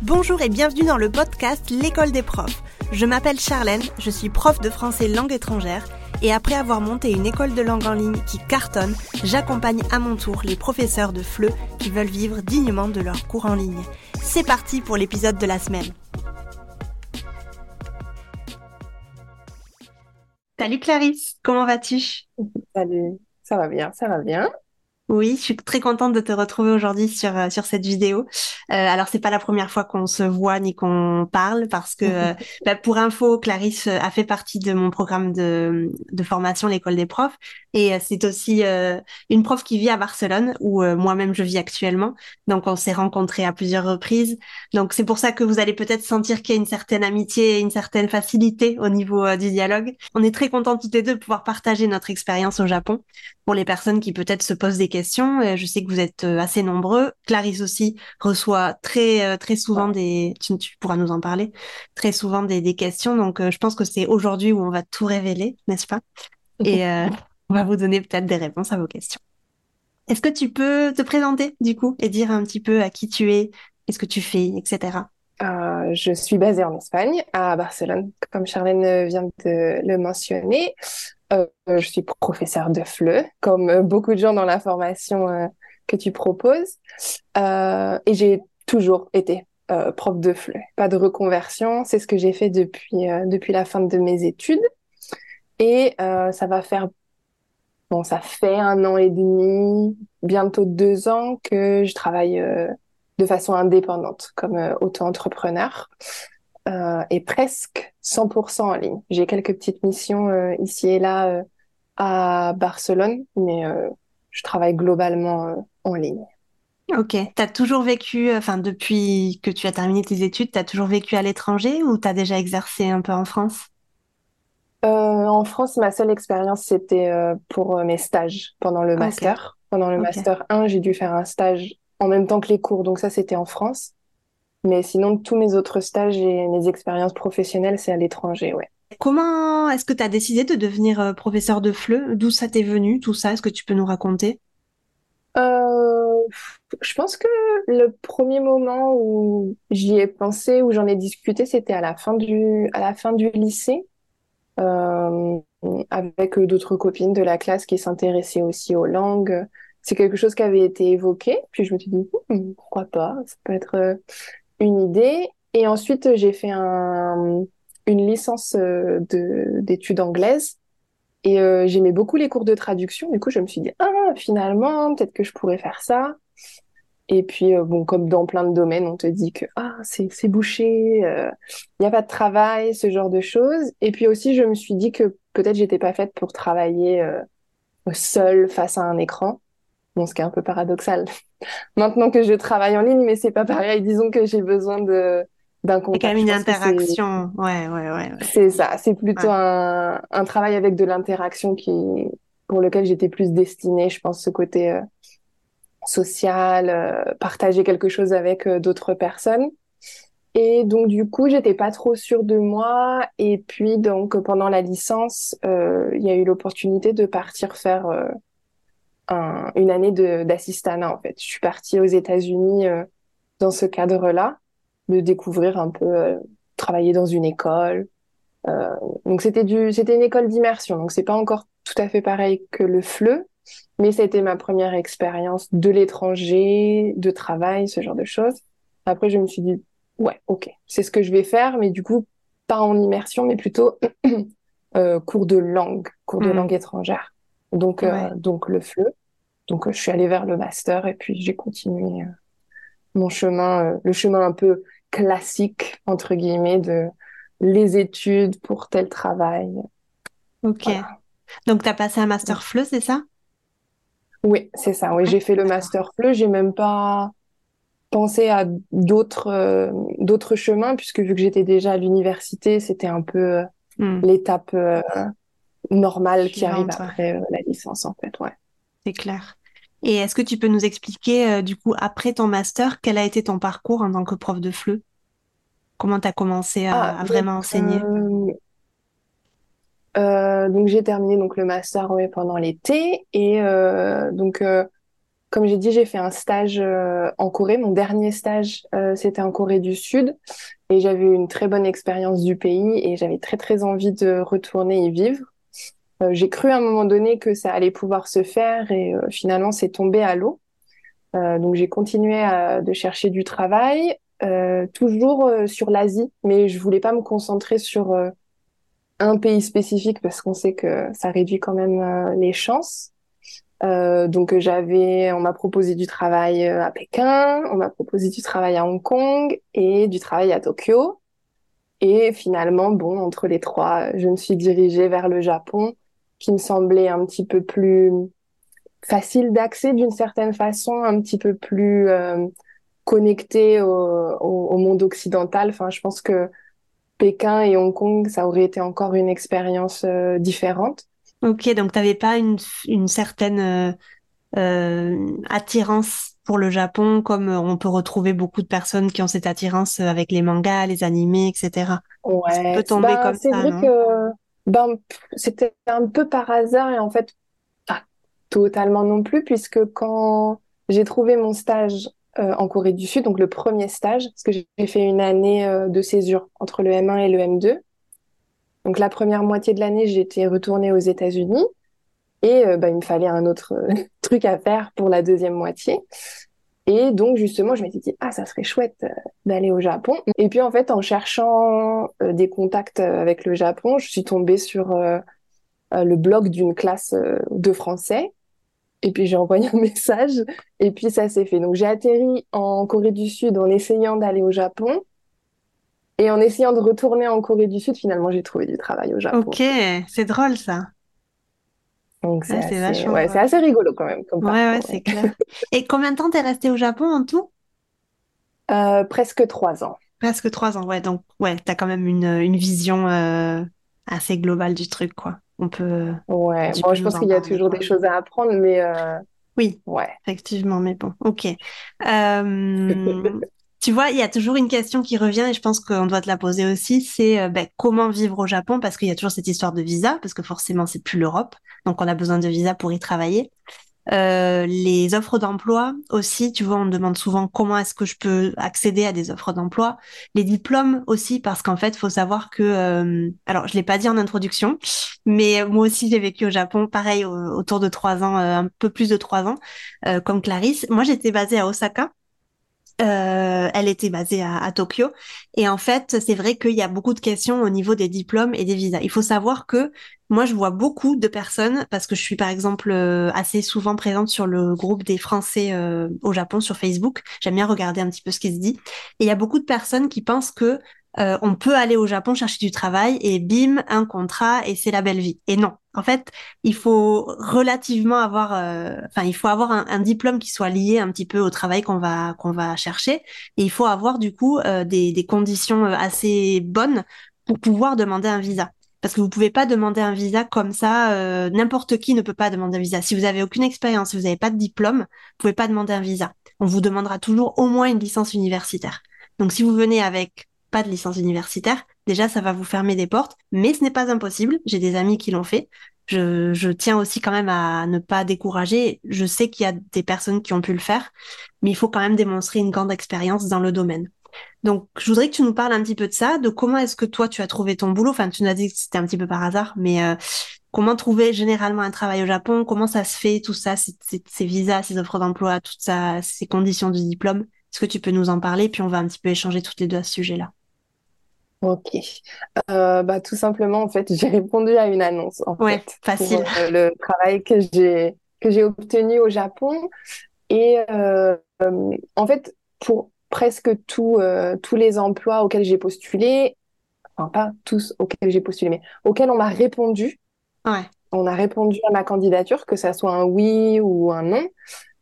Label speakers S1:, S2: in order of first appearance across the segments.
S1: Bonjour et bienvenue dans le podcast L'école des profs. Je m'appelle Charlène, je suis prof de français langue étrangère et après avoir monté une école de langue en ligne qui cartonne, j'accompagne à mon tour les professeurs de FLE qui veulent vivre dignement de leurs cours en ligne. C'est parti pour l'épisode de la semaine. Salut Clarisse, comment vas-tu ?
S2: Salut, ça va bien, ça va bien.
S1: Oui, je suis très contente de te retrouver aujourd'hui sur cette vidéo. Alors, c'est pas la première fois qu'on se voit ni qu'on parle parce que, pour info, Clarisse a fait partie de mon programme de formation, l'école des profs. Et c'est aussi une prof qui vit à Barcelone où moi-même je vis actuellement. Donc, on s'est rencontrés à plusieurs reprises. Donc, c'est pour ça que vous allez peut-être sentir qu'il y a une certaine amitié et une certaine facilité au niveau du dialogue. On est très contents toutes les deux de pouvoir partager notre expérience au Japon. Pour les personnes qui peut-être se posent des questions, je sais que vous êtes assez nombreux. Clarisse aussi reçoit très souvent
S2: Ouais.
S1: tu pourras nous en parler, très souvent des questions. Donc, je pense que c'est aujourd'hui où on va tout révéler, n'est-ce pas? Et on va vous donner peut-être des réponses à vos questions. Est-ce que tu peux te présenter du coup et dire un petit peu à qui tu es, qu'est-ce que tu fais, etc.
S2: Je suis basée en Espagne, à Barcelone, comme Charlène vient de le mentionner. Je suis professeure de FLE, comme beaucoup de gens dans la formation que tu proposes. Et j'ai toujours été prof de FLE, pas de reconversion. C'est ce que j'ai fait depuis la fin de mes études. Et ça fait 1 an et demi, bientôt 2 ans que je travaille de façon indépendante comme auto-entrepreneur et presque 100% en ligne. J'ai quelques petites missions ici et là à Barcelone, mais je travaille globalement en ligne.
S1: Ok, t'as toujours vécu, enfin depuis que tu as terminé tes études, t'as toujours vécu à l'étranger ou t'as déjà exercé un peu en France?
S2: En France, ma seule expérience, c'était pour mes stages pendant le
S1: Ok,
S2: master. Pendant le
S1: ok.
S2: master 1, j'ai dû faire un stage en même temps que les cours, donc ça, c'était en France. Mais sinon, tous mes autres stages et mes expériences professionnelles, c'est à l'étranger, ouais.
S1: Comment est-ce que tu as décidé de devenir professeur de FLE? D'où ça t'est venu, tout ça? Est-ce que tu peux nous raconter?
S2: Euh, je pense que le premier moment où j'y ai pensé, où j'en ai discuté, c'était à la fin du lycée, euh, avec d'autres copines de la classe qui s'intéressaient aussi aux langues. C'est quelque chose qui avait été évoqué, puis je me suis dit, pourquoi pas, ça peut être une idée. Et ensuite, j'ai fait une licence d'études anglaises. Et j'aimais beaucoup les cours de traduction. Du coup, je me suis dit, ah, finalement, peut-être que je pourrais faire ça. Et puis, bon, comme dans plein de domaines, on te dit que ah, c'est bouché, il n'y a pas de travail, ce genre de choses. Et puis aussi, je me suis dit que peut-être j'étais pas faite pour travailler seule face à un écran. Bon, ce qui est un peu paradoxal. Maintenant que je travaille en ligne, mais c'est pas pareil. Disons que j'ai besoin d'un
S1: Il y a quand même
S2: contact. Je
S1: une
S2: pense que
S1: interaction. Ouais.
S2: c'est ça. C'est plutôt
S1: Ouais.
S2: un travail avec de l'interaction pour lequel j'étais plus destinée. Je pense ce côté social, partager quelque chose avec d'autres personnes. Et donc, du coup, j'étais pas trop sûre de moi. Et puis, donc, pendant la licence, il y a eu l'opportunité de partir faire une année d'assistanat, en fait. Je suis partie aux États-Unis dans ce cadre-là, de découvrir un peu, travailler dans une école. Euh, donc, c'était une école d'immersion. Donc, c'est pas encore tout à fait pareil que le FLE, mais c'était ma première expérience de l'étranger, de travail, ce genre de choses. Après, je me suis dit, ouais, ok, c'est ce que je vais faire, mais du coup, pas en immersion, mais plutôt cours de langue
S1: Hmm.
S2: étrangère.
S1: Ouais.
S2: Donc le FLE. Donc, je suis allée vers le master et puis j'ai continué mon chemin, le chemin un peu classique, entre guillemets, de les études pour tel travail.
S1: Ok.
S2: Voilà.
S1: Donc, tu as passé un master FLE, c'est ça?
S2: Oui, c'est ça. Oui,
S1: Ouais.
S2: j'ai fait le
S1: D'accord.
S2: master FLE. J'ai même pas pensé à d'autres chemins, puisque vu que j'étais déjà à l'université, c'était un peu
S1: Hmm.
S2: l'étape normale qui arrive
S1: Suivante, ouais.
S2: après la licence, en fait. Ouais.
S1: C'est clair. Et est-ce que tu peux nous expliquer, du coup, après ton master, quel a été ton parcours en tant que prof de FLE? Comment tu as commencé
S2: Ah,
S1: à vraiment enseigner?
S2: donc j'ai terminé donc le master ouais, pendant l'été et comme j'ai dit, j'ai fait un stage en Corée. Mon dernier stage, c'était en Corée du Sud. Et j'avais eu une très bonne expérience du pays et j'avais très, très envie de retourner y vivre. J'ai cru à un moment donné que ça allait pouvoir se faire et finalement, c'est tombé à l'eau. Donc, j'ai continué de chercher du travail, toujours sur l'Asie, mais je voulais pas me concentrer sur un pays spécifique parce qu'on sait que ça réduit quand même les chances. Donc on m'a proposé du travail à Pékin, on m'a proposé du travail à Hong Kong et du travail à Tokyo. Et finalement, bon, entre les trois, je me suis dirigée vers le Japon, qui me semblait un petit peu plus facile d'accès d'une certaine façon, un petit peu plus connecté au monde occidental. Enfin, je pense que Pékin et Hong Kong, ça aurait été encore une expérience différente.
S1: Ok, donc t'avais pas une certaine attirance pour le Japon, comme on peut retrouver beaucoup de personnes qui ont cette attirance avec les mangas, les animés, etc. C'est un peu
S2: Ouais,
S1: tombé
S2: ben
S1: comme
S2: c'est
S1: ça,
S2: vrai
S1: non?
S2: que c'était un peu par hasard et en fait pas totalement non plus puisque quand j'ai trouvé mon stage en Corée du Sud, donc le premier stage, parce que j'ai fait une année de césure entre le M1 et le M2. Donc la première moitié de l'année, j'étais retournée aux États-Unis et il me fallait un autre truc à faire pour la deuxième moitié. Et donc, justement, je m'étais dit, ah, ça serait chouette d'aller au Japon. Et puis, en fait, en cherchant des contacts avec le Japon, je suis tombée sur le blog d'une classe de français. Et puis, j'ai envoyé un message. Et puis, ça s'est fait. Donc, j'ai atterri en Corée du Sud en essayant d'aller au Japon. Et en essayant de retourner en Corée du Sud, finalement, j'ai trouvé du travail au
S1: Ok,
S2: Japon.
S1: c'est drôle ça.
S2: Donc,
S1: Ouais, c'est vachement
S2: ouais, c'est
S1: drôle.
S2: assez rigolo quand même comme
S1: Ouais, ouais,
S2: parcours.
S1: c'est
S2: Ouais.
S1: clair. Et combien de temps t'es resté au Japon en tout?
S2: Presque 3 ans.
S1: Presque 3 ans, ouais. Donc, ouais, t'as quand même une vision assez globale du truc, quoi.
S2: Ouais,
S1: Tu
S2: bon,
S1: peux
S2: je
S1: nous
S2: pense
S1: en
S2: qu'il y a
S1: parler,
S2: toujours
S1: quoi.
S2: des choses à apprendre, mais
S1: Oui,
S2: ouais.
S1: effectivement, mais bon, ok. Tu vois, il y a toujours une question qui revient et je pense qu'on doit te la poser aussi, c'est ben, comment vivre au Japon parce qu'il y a toujours cette histoire de visa, parce que forcément c'est plus l'Europe, donc on a besoin de visa pour y travailler. Les offres d'emploi aussi, tu vois, on me demande souvent comment est-ce que je peux accéder à des offres d'emploi. Les diplômes aussi, parce qu'en fait, faut savoir que, alors je l'ai pas dit en introduction, mais moi aussi j'ai vécu au Japon, pareil, autour de 3 ans, un peu plus de 3 ans, comme Clarisse. Moi, j'étais basée à Osaka. Elle était basée à Tokyo. Et en fait, c'est vrai qu'il y a beaucoup de questions au niveau des diplômes et des visas. Il faut savoir que moi, je vois beaucoup de personnes, parce que je suis par exemple assez souvent présente sur le groupe des Français au Japon sur Facebook. J'aime bien regarder un petit peu ce qui se dit. Et il y a beaucoup de personnes qui pensent que on peut aller au Japon chercher du travail et bim, un contrat et c'est la belle vie. Et non. En fait, il faut relativement avoir, enfin, il faut avoir un diplôme qui soit lié un petit peu au travail qu'on va chercher, et il faut avoir du coup des conditions assez bonnes pour pouvoir demander un visa. Parce que vous pouvez pas demander un visa comme ça, n'importe qui ne peut pas demander un visa. Si vous avez aucune expérience, si vous n'avez pas de diplôme, vous pouvez pas demander un visa. On vous demandera toujours au moins une licence universitaire. Donc si vous venez avec pas de licence universitaire, déjà ça va vous fermer des portes, mais ce n'est pas impossible. J'ai des amis qui l'ont fait. Je tiens aussi quand même à ne pas décourager. Je sais qu'il y a des personnes qui ont pu le faire, mais il faut quand même démontrer une grande expérience dans le domaine. Donc, je voudrais que tu nous parles un petit peu de ça, de comment est-ce que toi tu as trouvé ton boulot. Enfin, tu nous as dit que c'était un petit peu par hasard, mais comment trouver généralement un travail au Japon, comment ça se fait, tout ça, ces visas, ces offres d'emploi, tout ça, ces conditions du diplôme. Est-ce que tu peux nous en parler? Puis on va un petit peu échanger toutes les deux à ce sujet-là.
S2: Ok. Tout simplement, en fait, j'ai répondu à une annonce, en
S1: Ouais,
S2: fait, pour
S1: facile.
S2: le travail que j'ai obtenu au Japon. Et en fait, pour presque tous les emplois auxquels j'ai postulé, enfin pas tous auxquels j'ai postulé, mais auxquels on m'a répondu,
S1: Ouais.
S2: on a répondu à ma candidature, que ça soit un oui ou un non.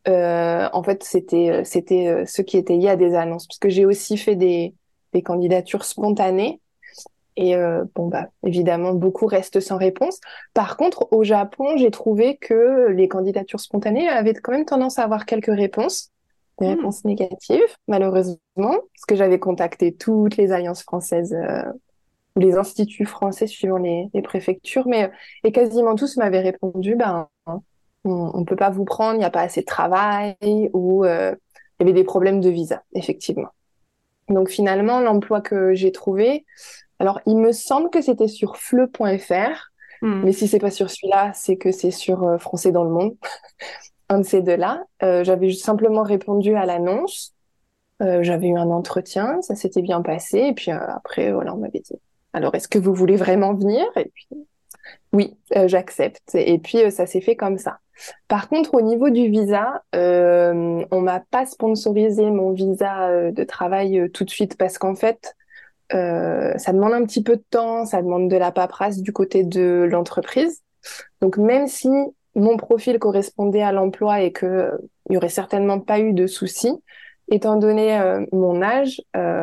S2: En fait, c'était ce qui était lié à des annonces, parce que j'ai aussi fait des candidatures spontanées. Et évidemment, beaucoup restent sans réponse. Par contre, au Japon, j'ai trouvé que les candidatures spontanées avaient quand même tendance à avoir quelques réponses, des
S1: Hmm.
S2: réponses négatives, malheureusement, parce que j'avais contacté toutes les alliances françaises, ou les instituts français suivant les préfectures, et quasiment tous m'avaient répondu, on peut pas vous prendre, il n'y a pas assez de travail, ou il y avait des problèmes de visa, effectivement. Donc finalement, l'emploi que j'ai trouvé, alors il me semble que c'était sur fleu.fr,
S1: Hmm.
S2: mais si c'est pas sur celui-là, c'est que c'est sur Français dans le monde, un de ces deux-là. J'avais simplement répondu à l'annonce. J'avais eu un entretien, ça s'était bien passé. Et puis après, voilà, on m'avait dit, alors est-ce que vous voulez vraiment venir? Et puis oui, j'accepte. Et puis ça s'est fait comme ça. Par contre, au niveau du visa, on m'a pas sponsorisé mon visa de travail tout de suite parce qu'en fait, ça demande un petit peu de temps, ça demande de la paperasse du côté de l'entreprise. Donc même si mon profil correspondait à l'emploi et que il y aurait certainement pas eu de soucis, étant donné mon âge,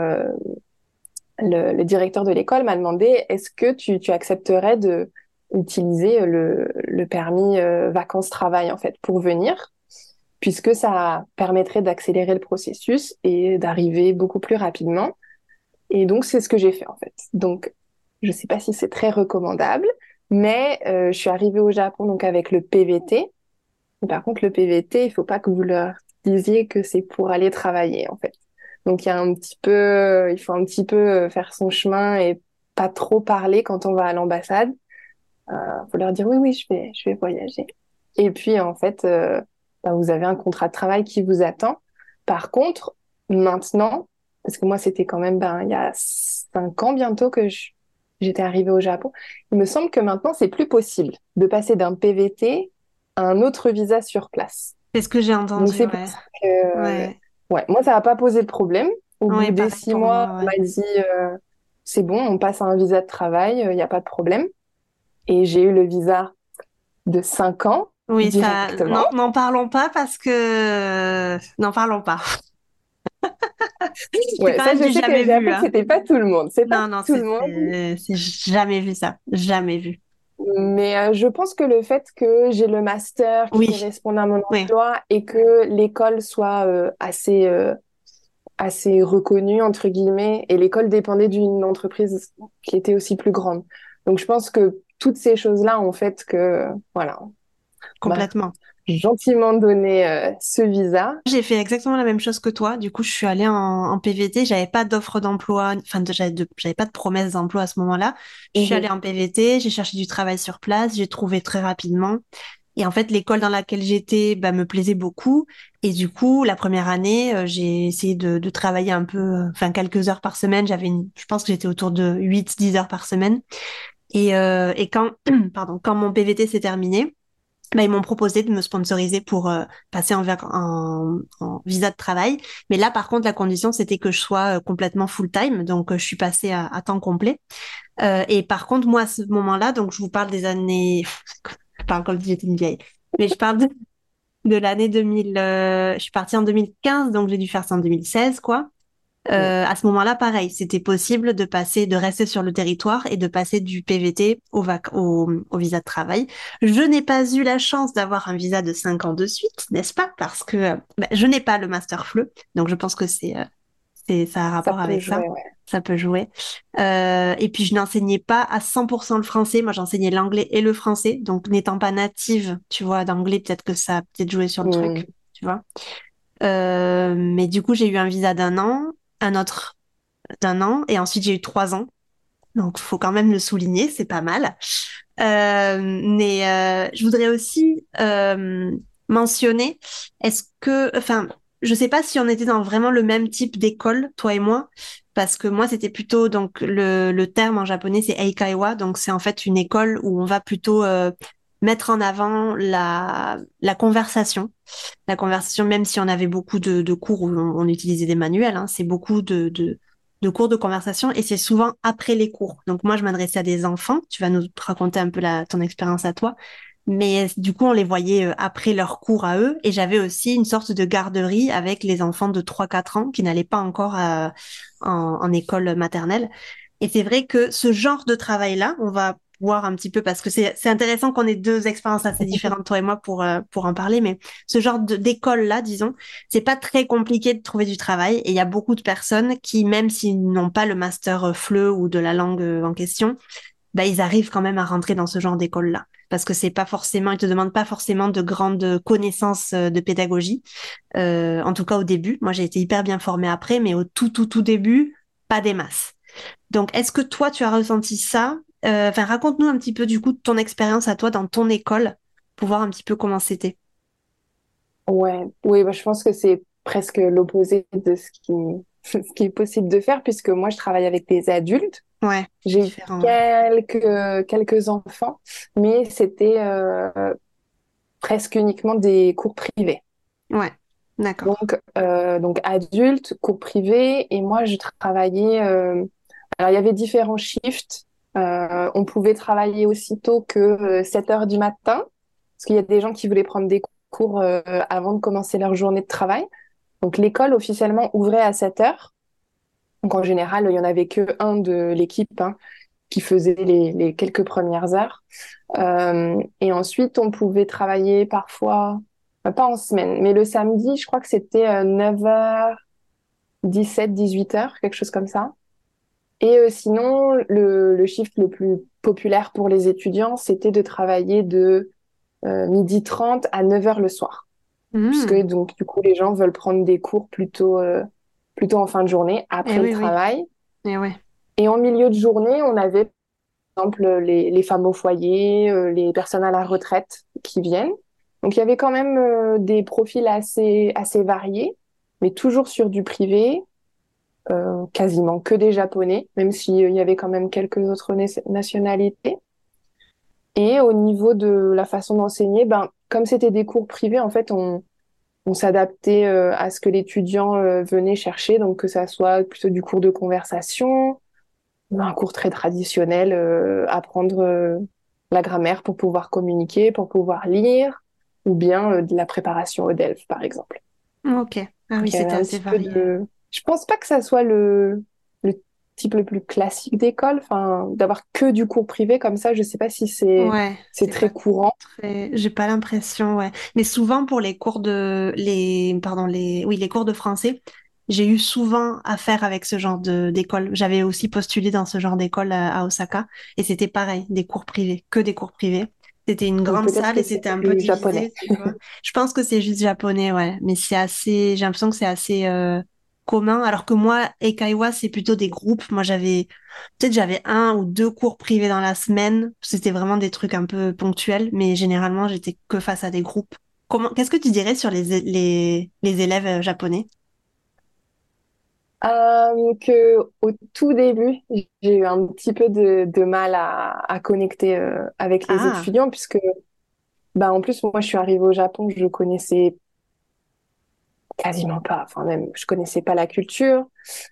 S2: le directeur de l'école m'a demandé est-ce que tu accepterais de utiliser le permis vacances-travail en fait pour venir, puisque ça permettrait d'accélérer le processus et d'arriver beaucoup plus rapidement. Et donc c'est ce que j'ai fait en fait. Donc je sais pas si c'est très recommandable, mais je suis arrivée au Japon donc avec le PVT. Par contre, le PVT, il faut pas que vous leur disiez que c'est pour aller travailler, en fait. Donc, il y a un petit peu, il faut un petit peu faire son chemin et pas trop parler quand on va à l'ambassade. Faut leur dire oui, oui, je vais voyager. Et puis, en fait, bah, vous avez un contrat de travail qui vous attend. Par contre, maintenant, parce que moi, c'était quand même, ben, il y a 5 ans bientôt que j'étais arrivée au Japon. Il me semble que maintenant, c'est plus possible de passer d'un PVT à un autre visa sur place.
S1: C'est ce que j'ai
S2: Donc,
S1: entendu,
S2: c'est pour
S1: ouais.
S2: ça que,
S1: Ouais.
S2: ouais, moi, ça n'a pas posé de problème. Au bout
S1: Oui,
S2: des
S1: pareil
S2: 6 mois,
S1: pour moi,
S2: on
S1: ouais.
S2: m'a dit, c'est bon, on passe à un visa de travail, il n'y a pas de problème. Et j'ai eu le visa de 5 ans
S1: Oui, ça,
S2: directement.
S1: non, n'en parlons pas parce que, n'en parlons pas. C'est
S2: Ouais,
S1: quand
S2: ça,
S1: même
S2: je
S1: du
S2: sais que
S1: jamais
S2: j'ai
S1: vu,
S2: appris que
S1: hein.
S2: c'était pas tout le monde. C'est pas
S1: Non, non,
S2: tout le monde.
S1: c'est jamais vu ça. Jamais vu.
S2: Mais je pense que le fait que j'ai le master qui
S1: Oui,
S2: correspond à mon
S1: oui,
S2: emploi et que l'école soit assez reconnue, entre guillemets, et l'école dépendait d'une entreprise qui était aussi plus grande. Donc, je pense que toutes ces choses-là ont fait que, voilà, on m'a
S1: complètement.
S2: gentiment donné ce visa.
S1: J'ai fait exactement la même chose que toi. Du coup, je suis allée en PVT. J'avais pas d'offre d'emploi, enfin, j'avais pas de promesse d'emploi à ce moment-là. Je suis allée
S2: Mhm.
S1: en PVT, j'ai cherché du travail sur place, j'ai trouvé très rapidement. Et en fait, l'école dans laquelle j'étais, bah, me plaisait beaucoup. Et du coup, la première année, j'ai essayé de travailler un peu, enfin, quelques heures par semaine. Je pense que j'étais autour de 8, 10 heures par semaine. Et quand, pardon, quand mon PVT s'est terminé, bah, ils m'ont proposé de me sponsoriser pour passer en visa de travail. Mais là, par contre, la condition, c'était que je sois complètement full-time. Donc, je suis passée à temps complet. Et par contre, moi, à ce moment-là, donc je vous parle des années... Je parle comme si j'étais une vieille. Mais je parle de l'année 2000... je suis partie en 2015, donc j'ai dû faire ça en 2016, quoi.
S2: Ouais.
S1: À ce moment-là, pareil, c'était possible de passer, de rester sur le territoire et de passer du PVT au visa de travail. Je n'ai pas eu la chance d'avoir un visa de 5 ans de suite, n'est-ce pas? Parce que bah, je n'ai pas le master FLE, donc je pense que ça a un
S2: Ça
S1: rapport
S2: peut
S1: avec ça.
S2: jouer, ouais.
S1: Ça peut jouer. Et puis, je n'enseignais pas à 100% le français. Moi, j'enseignais l'anglais et le français. Donc, n'étant pas native, tu vois, d'anglais, peut-être que ça a peut-être joué sur le truc,
S2: Mm.
S1: tu vois. Mais du coup, j'ai eu un visa d'un an, un autre d'un an, et ensuite j'ai eu 3 ans. Donc, faut quand même le souligner, c'est pas mal. Mais je voudrais aussi mentionner, enfin, je sais pas si on était dans vraiment le même type d'école, toi et moi, parce que moi, c'était plutôt, donc, le terme en japonais, c'est Eikaiwa, donc c'est en fait une école où on va plutôt mettre en avant la conversation. La conversation, même si on avait beaucoup de cours où on utilisait des manuels, hein, c'est beaucoup de cours de conversation et c'est souvent après les cours. Donc moi, je m'adressais à des enfants. Tu vas nous raconter un peu ton expérience à toi. Mais du coup, on les voyait après leurs cours à eux. Et j'avais aussi une sorte de garderie avec les enfants de 3, 4 ans qui n'allaient pas encore en école maternelle. Et c'est vrai que ce genre de travail-là, on va voir un petit peu parce que c'est intéressant qu'on ait deux expériences assez différentes, toi et moi, pour en parler. Mais ce genre d'école-là, disons, c'est pas très compliqué de trouver du travail. Et il y a beaucoup de personnes qui, même s'ils n'ont pas le master FLE ou de la langue en question, bah, ils arrivent quand même à rentrer dans ce genre d'école-là. parce que c'est pas forcément, ils te demandent pas forcément de grandes connaissances de pédagogie. En tout cas au début. Moi, j'ai été hyper bien formée après, mais au tout début, pas des masses. Donc, est-ce que toi, tu as ressenti ça? Enfin, raconte-nous un petit peu du coup de ton expérience à toi dans ton école pour voir un petit peu comment c'était.
S2: Ouais, oui, bah, je pense que c'est presque l'opposé de ce qui est possible de faire, puisque moi, je travaille avec des adultes.
S1: Ouais, c'est
S2: J'ai eu
S1: différent. Ouais.
S2: quelques enfants, mais c'était presque uniquement des cours privés.
S1: Ouais, d'accord.
S2: Donc adultes, cours privés, et moi, je travaillais. Alors, il y avait différents shifts. On pouvait travailler aussitôt que 7 heures du matin, parce qu'il y a des gens qui voulaient prendre des cours avant de commencer leur journée de travail. Donc, l'école officiellement ouvrait à 7 heures. Donc, en général, il y en avait que un de l'équipe hein, qui faisait les quelques premières heures. Et ensuite, on pouvait travailler parfois, pas en semaine, mais le samedi, je crois que c'était 9h, 17, 18h, quelque chose comme ça. Et sinon, le shift le plus populaire pour les étudiants, c'était de travailler de 12h30 à 9h le soir. Puisque
S1: Hmm.
S2: donc, du coup, les gens veulent prendre des cours plutôt en fin de journée,
S1: Eh
S2: après le
S1: oui, oui.
S2: travail.
S1: Eh ouais.
S2: Et en milieu de journée, on avait, par exemple, les femmes au foyer, les personnes à la retraite qui viennent. Donc, il y avait quand même des profils assez variés, mais toujours sur du privé, quasiment que des Japonais, même s'il y avait quand même quelques autres nationalités. Et au niveau de la façon d'enseigner, ben, comme c'était des cours privés, en fait, on s'adaptait à ce que l'étudiant venait chercher, donc que ça soit plutôt du cours de conversation, un cours très traditionnel, apprendre la grammaire pour pouvoir communiquer, pour pouvoir lire, ou bien de la préparation au DELF, par exemple.
S1: Ok. Ah oui,
S2: Donc il y avait
S1: c'était
S2: un
S1: assez
S2: petit peu
S1: varié.
S2: de... Je pense pas que ça soit le type le plus classique d'école, enfin, d'avoir que du cours privé comme ça, je sais pas si
S1: Ouais,
S2: c'est
S1: c'est
S2: très
S1: pas
S2: courant.
S1: très, j'ai pas l'impression, ouais. Mais souvent pour les cours de français, j'ai eu souvent affaire avec ce genre d'école. J'avais aussi postulé dans ce genre d'école à Osaka et c'était pareil, des cours privés, que des cours privés. C'était une
S2: Donc
S1: grande
S2: peut-être
S1: salle et
S2: que c'est
S1: c'était un peu
S2: plus japonais.
S1: divisé, tu vois. Je pense que c'est juste japonais, ouais. Mais c'est assez, j'ai l'impression que c'est assez commun. Alors que moi, Eikaiwa, c'est plutôt des groupes. Moi, j'avais un ou deux cours privés dans la semaine. C'était vraiment des trucs un peu ponctuels, mais généralement, j'étais que face à des groupes. Qu'est-ce que tu dirais sur les élèves japonais?
S2: Que au tout début, j'ai eu un petit peu de mal à connecter avec les
S1: Ah,
S2: étudiants, puisque bah, en plus, moi, je suis arrivée au Japon, je connaissais quasiment pas, enfin même, je connaissais pas la culture.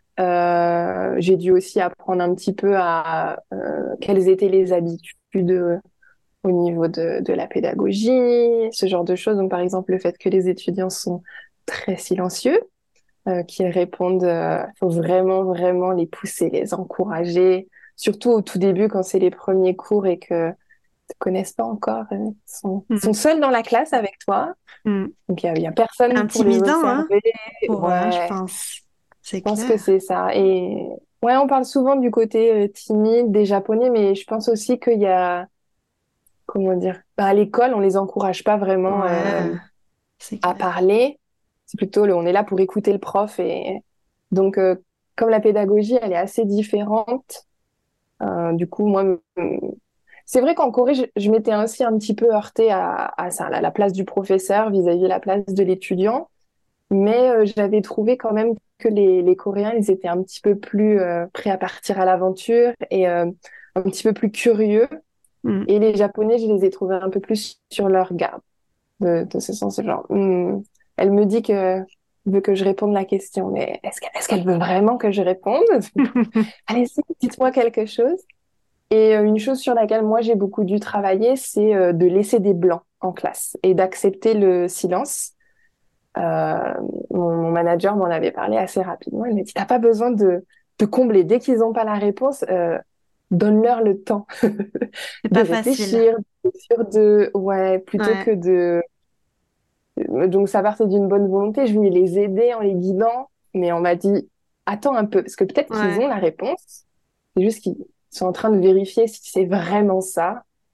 S2: J'ai dû aussi apprendre un petit peu à quelles étaient les habitudes au niveau de la pédagogie, ce genre de choses. Donc, par exemple, le fait que les étudiants sont très silencieux, qu'ils répondent, faut vraiment, vraiment les pousser, les encourager, surtout au tout début quand c'est les premiers cours et que te connaissent pas encore, sont
S1: hmm,
S2: seuls dans la classe avec toi.
S1: hmm.
S2: Donc, il y a personne pour les
S1: Intimidant, hein,
S2: observer.
S1: je
S2: Ouais,
S1: pense.
S2: je
S1: C'est
S2: pense que
S1: clair.
S2: c'est ça. Et ouais, on parle souvent du côté timide des Japonais, mais je pense aussi qu'il y a, comment dire, bah, à l'école, on les encourage pas vraiment
S1: Ouais, c'est
S2: à
S1: clair.
S2: parler. C'est plutôt, on est là pour écouter le prof. Et donc, comme la pédagogie, elle est assez différente, du coup, moi, c'est vrai qu'en Corée, je m'étais aussi un petit peu heurtée à ça, à la place du professeur vis-à-vis de la place de l'étudiant. Mais j'avais trouvé quand même que les Coréens, ils étaient un petit peu plus prêts à partir à l'aventure et un petit peu plus curieux.
S1: Hmm.
S2: Et les Japonais, je les ai trouvés un peu plus sur leur garde, de ce sens, genre, elle me dit que veut que je réponde la question, mais est-ce qu'elle veut vraiment que je réponde? Allez-y, dites-moi quelque chose. Et une chose sur laquelle moi j'ai beaucoup dû travailler, c'est de laisser des blancs en classe et d'accepter le silence. Euh, mon manager m'en avait parlé assez rapidement. Il m'a dit, t'as pas besoin de combler. Dès qu'ils n'ont pas la réponse, donne-leur le temps
S1: C'est
S2: de
S1: pas facile.
S2: réfléchir, ouais, plutôt
S1: Ouais,
S2: que de... Donc ça partait d'une bonne volonté. Je voulais les aider en les guidant, mais on m'a dit, attends un peu, parce que peut-être qu'ils
S1: ouais.
S2: ont la réponse. C'est juste qu'ils sont en train de vérifier si c'est vraiment ça.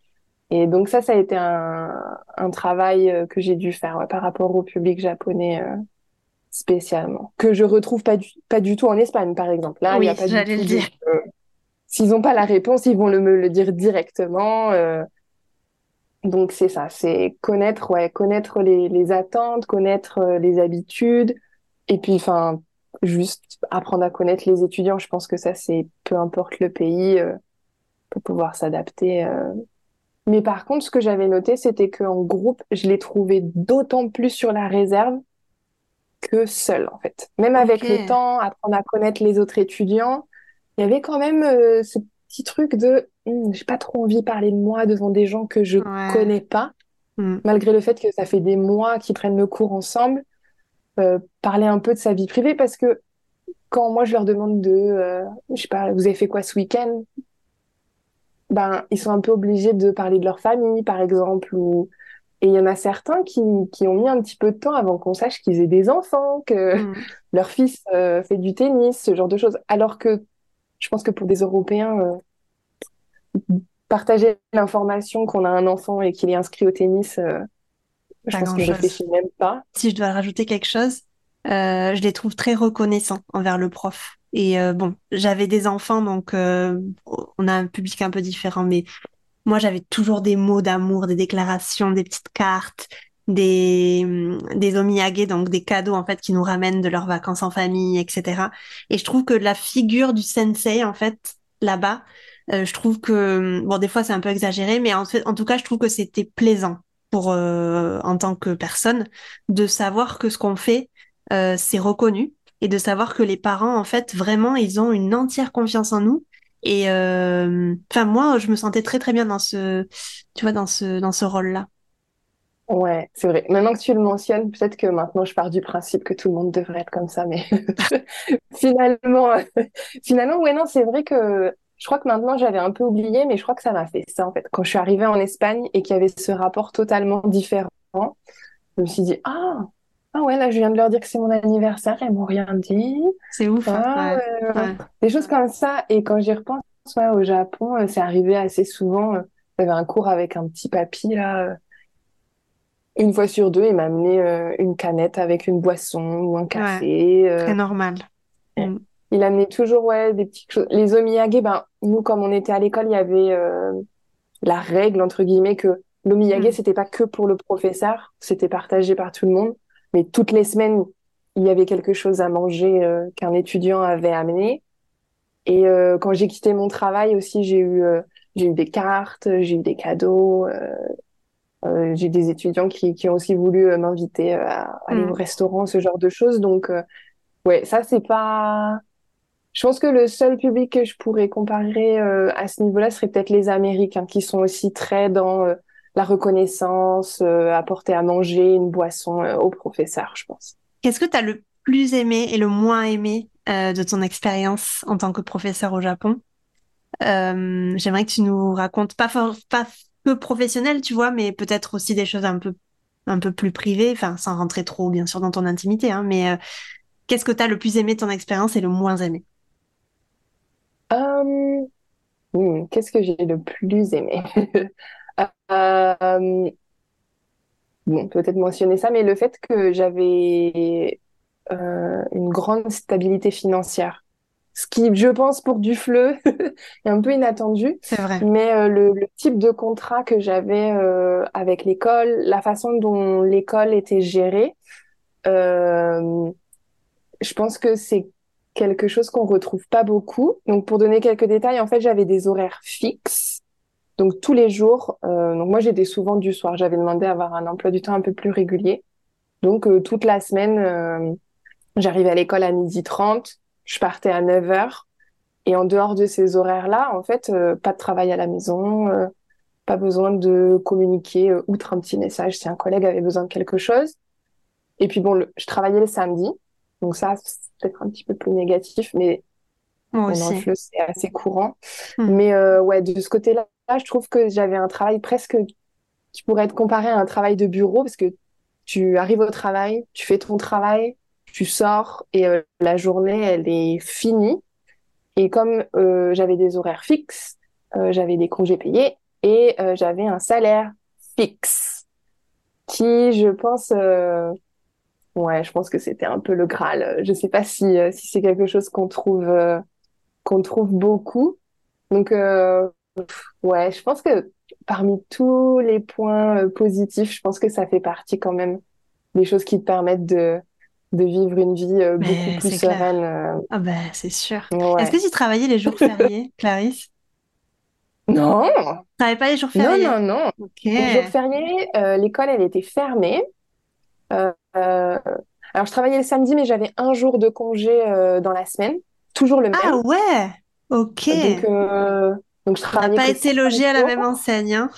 S2: Et donc ça a été un travail que j'ai dû faire ouais, par rapport au public japonais spécialement, que je retrouve pas du tout en Espagne, par exemple. Là, il n'y a
S1: Oui,
S2: pas du
S1: j'allais le
S2: tout
S1: dire.
S2: s'ils n'ont pas la réponse, ils vont me le dire directement. Donc c'est ça, c'est connaître, ouais, connaître les attentes, connaître les habitudes, et puis enfin juste apprendre à connaître les étudiants. Je pense que ça c'est peu importe le pays pour pouvoir s'adapter. Mais par contre, ce que j'avais noté, c'était qu'en groupe, je les trouvais d'autant plus sur la réserve que seul en fait. Même
S1: Ok.
S2: avec le temps, apprendre à connaître les autres étudiants, il y avait quand même ce petit truc de j'ai pas trop envie de parler de moi devant des gens que je
S1: Ouais.
S2: connais pas
S1: Hmm.
S2: malgré le fait que ça fait des mois qu'ils prennent le cours ensemble, parler un peu de sa vie privée parce que quand moi je leur demande je sais pas, vous avez fait quoi ce week-end? Ben, ils sont un peu obligés de parler de leur famille, par exemple, et il y en a certains qui ont mis un petit peu de temps avant qu'on sache qu'ils aient des enfants, que
S1: Hmm.
S2: leur fils fait du tennis, ce genre de choses. Alors que je pense que pour des Européens, partager l'information qu'on a un enfant et qu'il est inscrit au tennis, je
S1: Pas
S2: pense qu'ils ne
S1: grand-chose.
S2: réfléchissent même pas.
S1: Si je dois rajouter quelque chose, je les trouve très reconnaissants envers le prof. Et bon, j'avais des enfants, donc on a un public un peu différent, mais moi j'avais toujours des mots d'amour, des déclarations, des petites cartes, des omiyage, donc des cadeaux en fait qui nous ramènent de leurs vacances en famille, etc. Et je trouve que la figure du sensei en fait là-bas, je trouve que bon des fois c'est un peu exagéré, mais en tout cas je trouve que c'était plaisant pour en tant que personne de savoir que ce qu'on fait c'est reconnu et de savoir que les parents en fait vraiment ils ont une entière confiance en nous et enfin moi je me sentais très très bien dans ce tu vois dans ce rôle-là.
S2: Ouais, c'est vrai. Maintenant que tu le mentionnes, peut-être que maintenant je pars du principe que tout le monde devrait être comme ça, mais finalement, finalement, ouais, non, c'est vrai que je crois que maintenant j'avais un peu oublié, mais je crois que ça m'a fait ça en fait. Quand je suis arrivée en Espagne et qu'il y avait ce rapport totalement différent, je me suis dit, ah ouais, là je viens de leur dire que c'est mon anniversaire, elles m'ont rien dit.
S1: C'est ouf hein.
S2: Ah
S1: Ouais.
S2: ouais, ouais.
S1: Ouais.
S2: Des choses comme ça. Et quand j'y repense, ouais, au Japon, c'est arrivé assez souvent. J'avais un cours avec un petit papy là. Une fois sur deux, il m'a amené une canette avec une boisson ou un
S1: Ouais.
S2: café.
S1: Très normal.
S2: Ouais.
S1: Mm.
S2: Il amenait toujours ouais, des petites choses. Les omiyage, ben, nous, comme on était à l'école, il y avait la règle, entre guillemets, que l'omiyage,
S1: Mm.
S2: c'était pas que pour le professeur, c'était partagé par tout le monde. Mais toutes les semaines, il y avait quelque chose à manger qu'un étudiant avait amené. Et quand j'ai quitté mon travail aussi, j'ai eu des cartes, j'ai eu des cadeaux. J'ai des étudiants qui ont aussi voulu m'inviter à aller au
S1: Mm.
S2: restaurant, ce genre de choses. Donc, ouais, ça, c'est pas. Je pense que le seul public que je pourrais comparer à ce niveau-là serait peut-être les Américains, qui sont aussi très dans la reconnaissance, apporter à manger, une boisson au professeur, je pense.
S1: Qu'est-ce que tu as le plus aimé et le moins aimé de ton expérience en tant que professeur au Japon? J'aimerais que tu nous racontes pas que professionnel, tu vois, mais peut-être aussi des choses un peu plus privées, enfin sans rentrer trop bien sûr dans ton intimité, hein, mais qu'est-ce que tu as le plus aimé de ton expérience et le moins aimé?
S2: Euh, qu'est-ce que j'ai le plus aimé? Euh, bon, peut-être mentionner ça, mais le fait que j'avais une grande stabilité financière. Ce qui, je pense, pour du FLE, est un peu inattendu.
S1: C'est vrai.
S2: Mais le type de contrat que j'avais avec l'école, la façon dont l'école était gérée, euh, je pense que c'est quelque chose qu'on retrouve pas beaucoup. Donc, pour donner quelques détails, en fait, j'avais des horaires fixes. Donc, tous les jours, donc moi, j'étais souvent du soir. J'avais demandé à avoir un emploi du temps un peu plus régulier. Donc, toute la semaine, j'arrivais à l'école à 12h30, je partais à 9h. Et en dehors de ces horaires-là, en fait, pas de travail à la maison, pas besoin de communiquer outre un petit message si un collègue avait besoin de quelque chose. Et puis bon, je travaillais le samedi, donc ça, c'est peut-être un petit peu plus négatif, mais
S1: Moi
S2: bon, dans le
S1: aussi.
S2: FLE, c'est assez courant.
S1: Hmm.
S2: Mais ouais, de ce côté-là, je trouve que j'avais un travail presque qui pourrait être comparé à un travail de bureau, parce que tu arrives au travail, tu fais ton travail, tu sors, et la journée, elle est finie. Et comme j'avais des horaires fixes, j'avais des congés payés, et j'avais un salaire fixe qui, je pense, ouais, je pense que c'était un peu le Graal. Je sais pas si c'est quelque chose qu'on trouve beaucoup. Donc, ouais, je pense que parmi tous les points positifs, je pense que ça fait partie quand même des choses qui te permettent de vivre une vie beaucoup
S1: Mais
S2: plus
S1: c'est clair.
S2: sereine.
S1: Ah ben, c'est sûr. Est-ce
S2: Ouais.
S1: que tu travaillais les jours fériés, Clarisse?
S2: Non,
S1: Tu travaillais pas les jours
S2: non,
S1: fériés?
S2: non, non.
S1: Ok.
S2: Les jours fériés, l'école, elle était fermée. Euh, euh, alors, je travaillais le samedi, mais j'avais un jour de congé dans la semaine, toujours le même.
S1: Ah ouais. Ok.
S2: Donc, euh, donc je
S1: On n'a
S2: travaillais
S1: pas
S2: que
S1: été
S2: 5
S1: logés à la même
S2: jours.
S1: enseigne, hein.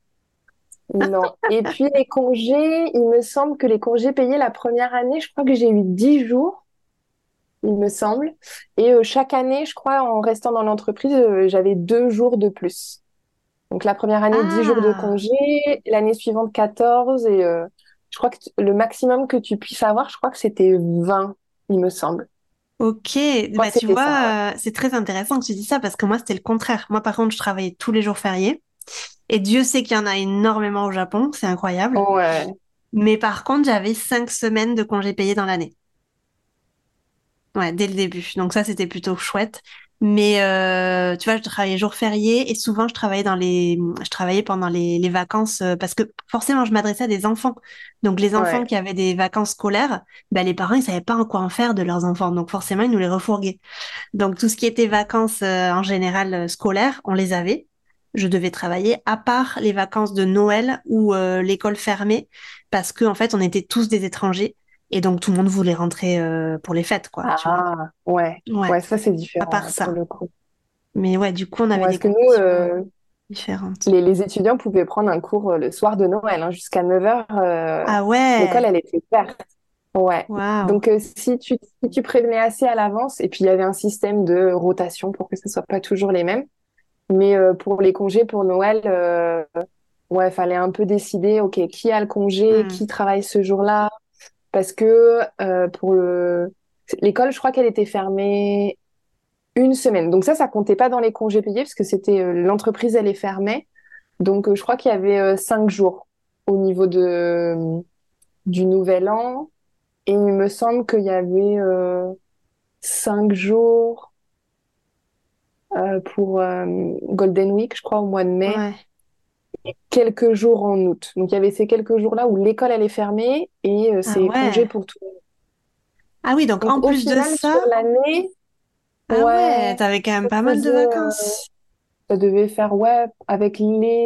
S2: Non. Et puis les congés, il me semble que les congés payés la première année, je crois que j'ai eu 10 jours, il me semble. Et chaque année, je crois, en restant dans l'entreprise, j'avais 2 jours de plus. Donc la première année, 10 jours de
S1: Ah,
S2: congé, l'année suivante, 14. Et je crois que le maximum que tu puisses avoir, je crois que c'était 20, il me semble.
S1: ok.
S2: Je crois
S1: Bah,
S2: que
S1: tu
S2: c'était ça, ouais.
S1: vois, c'est très intéressant que tu dis ça parce que moi, c'était le contraire. Moi, par contre, je travaillais tous les jours fériés. Et Dieu sait qu'il y en a énormément au Japon. C'est incroyable.
S2: Ouais.
S1: Mais par contre, j'avais 5 semaines de congés payés dans l'année. Ouais, dès le début. Donc ça, c'était plutôt chouette. Mais tu vois, je travaillais jour férié et souvent je travaillais pendant les vacances parce que forcément, je m'adressais à des enfants. Donc les enfants
S2: Ouais.
S1: qui avaient des vacances scolaires, ben, les parents, ils savaient pas en quoi en faire de leurs enfants. Donc forcément, ils nous les refourguaient. Donc tout ce qui était vacances en général scolaires, on les avait. Je devais travailler à part les vacances de Noël ou l'école fermée parce que en fait, on était tous des étrangers et donc tout le monde voulait rentrer pour les fêtes, quoi, tu vois.
S2: Ah, ouais.
S1: Ouais,
S2: Ouais, ça c'est
S1: à
S2: différent,
S1: part
S2: ouais, pour
S1: ça.
S2: le coup.
S1: Mais ouais, du coup, on avait
S2: Ouais,
S1: des
S2: parce que nous,
S1: conditions différentes.
S2: les étudiants pouvaient prendre un cours le soir de Noël, hein, jusqu'à 9 heures.
S1: Ah
S2: L'école,
S1: ouais,
S2: elle était ouverte. Ouais.
S1: waouh.
S2: Donc, si tu prévenais assez à l'avance, et puis il y avait un système de rotation pour que ce soit pas toujours les mêmes. Mais pour les congés pour Noël, ouais, fallait un peu décider, OK, qui a le congé,
S1: Hmm.
S2: qui travaille ce jour-là. Parce que l'école, je crois qu'elle était fermée une semaine. Donc ça comptait pas dans les congés payés, parce que c'était l'entreprise, elle est fermée. Donc, je crois qu'il y avait 5 jours au niveau du Nouvel An. Et il me semble qu'il y avait 5 jours pour Golden Week, je crois, au mois de mai.
S1: Ouais.
S2: Quelques jours en août. Donc, il y avait ces quelques jours-là où l'école, elle est fermée et
S1: Ah
S2: c'est congé
S1: ouais.
S2: pour tout le monde.
S1: Ah oui, donc en
S2: Donc, au
S1: plus de
S2: final, sur
S1: ça,
S2: l'année,
S1: ah ouais,
S2: ouais,
S1: t'avais quand même
S2: ça
S1: pas mal de
S2: faisait,
S1: vacances.
S2: ça devait faire, ouais, avec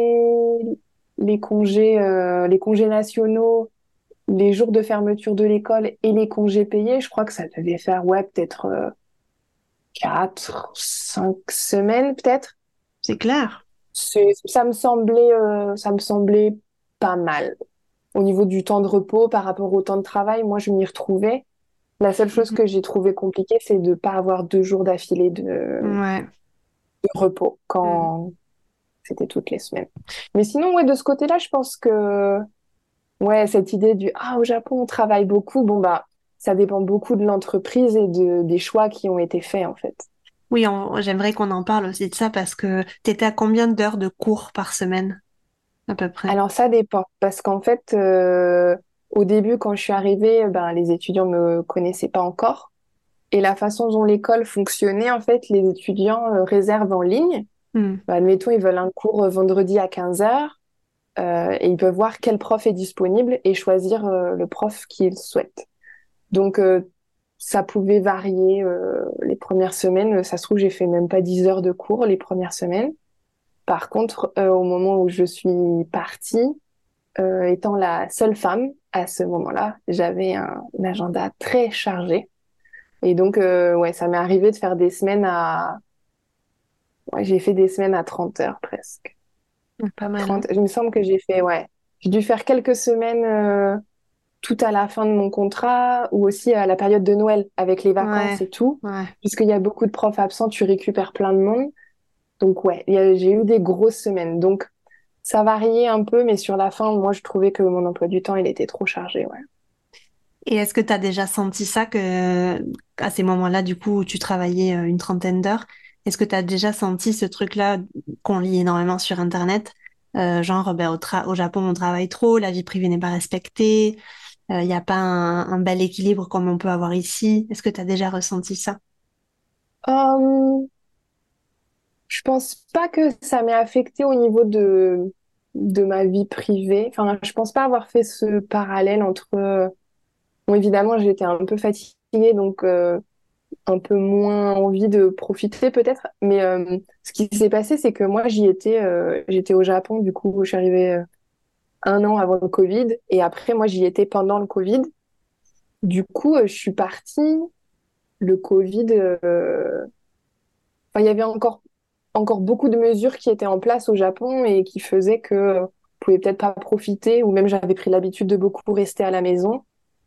S2: les congés nationaux, les jours de fermeture de l'école et les congés payés, je crois que ça devait faire, ouais, peut-être 4, 5 semaines, peut-être.
S1: C'est clair.
S2: Ça me semblait pas mal. Au niveau du temps de repos par rapport au temps de travail, moi, je m'y retrouvais. La seule chose
S1: Mhm.
S2: que j'ai trouvé compliquée, c'est de pas avoir 2 jours d'affilée
S1: Ouais.
S2: de repos
S1: Mm.
S2: quand c'était toutes les semaines. Mais sinon, ouais, de ce côté-là, je pense que ouais, cette idée du ah, au Japon, on travaille beaucoup, bon bah ça dépend beaucoup de l'entreprise et des choix qui ont été faits en fait.
S1: Oui, j'aimerais qu'on en parle aussi de ça parce que t'étais à combien d'heures de cours par semaine, à peu près?
S2: Alors ça dépend parce qu'en fait au début quand je suis arrivée, ben les étudiants me connaissaient pas encore et la façon dont l'école fonctionnait en fait, les étudiants réservent en ligne.
S1: Hmm.
S2: Ben, admettons, ils veulent un cours vendredi à 15 heures et ils peuvent voir quel prof est disponible et choisir le prof qu'ils souhaitent. Donc, ça pouvait varier les premières semaines. Ça se trouve, j'ai fait même pas 10 heures de cours les premières semaines. Par contre, au moment où je suis partie, étant la seule femme à ce moment-là, j'avais un agenda très chargé. Et donc, ouais, ça m'est arrivé de faire des semaines à... Ouais, j'ai fait des semaines à 30 heures presque.
S1: Pas mal, hein?
S2: 30... Il me semble que j'ai fait, ouais. J'ai dû faire quelques semaines tout à la fin de mon contrat ou aussi à la période de Noël avec les vacances
S1: Ouais,
S2: et tout.
S1: ouais.
S2: Puisqu'il y a beaucoup de profs absents, tu récupères plein de monde. Donc ouais, j'ai eu des grosses semaines. Donc ça variait un peu, mais sur la fin, moi, je trouvais que mon emploi du temps, il était trop chargé, ouais.
S1: Et est-ce que tu as déjà senti ça que à ces moments-là, du coup, où tu travaillais une trentaine d'heures, est-ce que tu as déjà senti ce truc-là qu'on lit énormément sur Internet? genre au Japon on travaille trop, la vie privée n'est pas respectée, il n'y a pas un bel équilibre comme on peut avoir ici. Est-ce que tu as déjà ressenti ça?
S2: Euh, je pense pas que ça m'ait affecté au niveau de ma vie privée. Enfin, je pense pas avoir fait ce parallèle entre... Bon, évidemment, j'étais un peu fatiguée, donc un peu moins envie de profiter peut-être. Mais ce qui s'est passé, c'est que moi, j'étais au Japon, du coup, je suis arrivée un an avant le Covid. Et après, moi, j'y étais pendant le Covid. Du coup, je suis partie. Le Covid, enfin, il y avait encore beaucoup de mesures qui étaient en place au Japon et qui faisaient que je pouvais peut-être pas profiter, ou même j'avais pris l'habitude de beaucoup rester à la maison.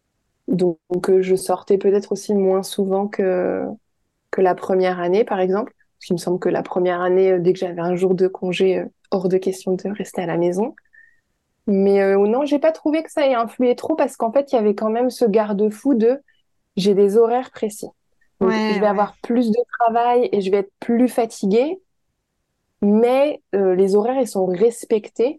S2: Donc, je sortais peut-être aussi moins souvent que la première année, par exemple. Parce qu'il me semble que la première année, dès que j'avais un jour de congé, hors de question de rester à la maison. Mais non, j'ai pas trouvé que ça ait influé trop parce qu'en fait, il y avait quand même ce garde-fou de j'ai des horaires précis. Donc, je
S1: Ouais,
S2: vais
S1: ouais.
S2: avoir plus de travail et je vais être plus fatiguée, mais les horaires, ils sont respectés.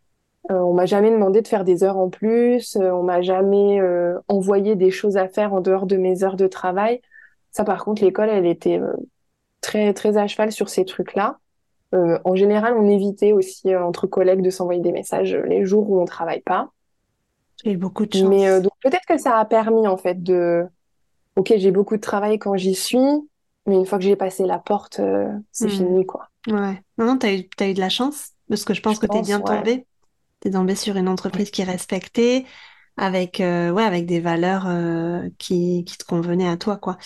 S2: On m'a jamais demandé de faire des heures en plus, on m'a jamais envoyé des choses à faire en dehors de mes heures de travail. Ça, par contre, l'école, elle était très, très à cheval sur ces trucs-là. En général, on évitait aussi entre collègues de s'envoyer des messages les jours où on travaille pas.
S1: J'ai eu beaucoup de
S2: Mais
S1: chance.
S2: donc peut-être que ça a permis en fait ok, j'ai beaucoup de travail quand j'y suis, mais une fois que j'ai passé la porte, c'est
S1: Hmm.
S2: fini quoi.
S1: Ouais. Non, non, t'as eu de la chance, parce que je pense
S2: Je
S1: que t'es
S2: pense,
S1: bien
S2: ouais.
S1: tombé. T'es tombé sur une entreprise qui est respectée, avec, ouais, avec des valeurs qui te convenaient à toi, quoi.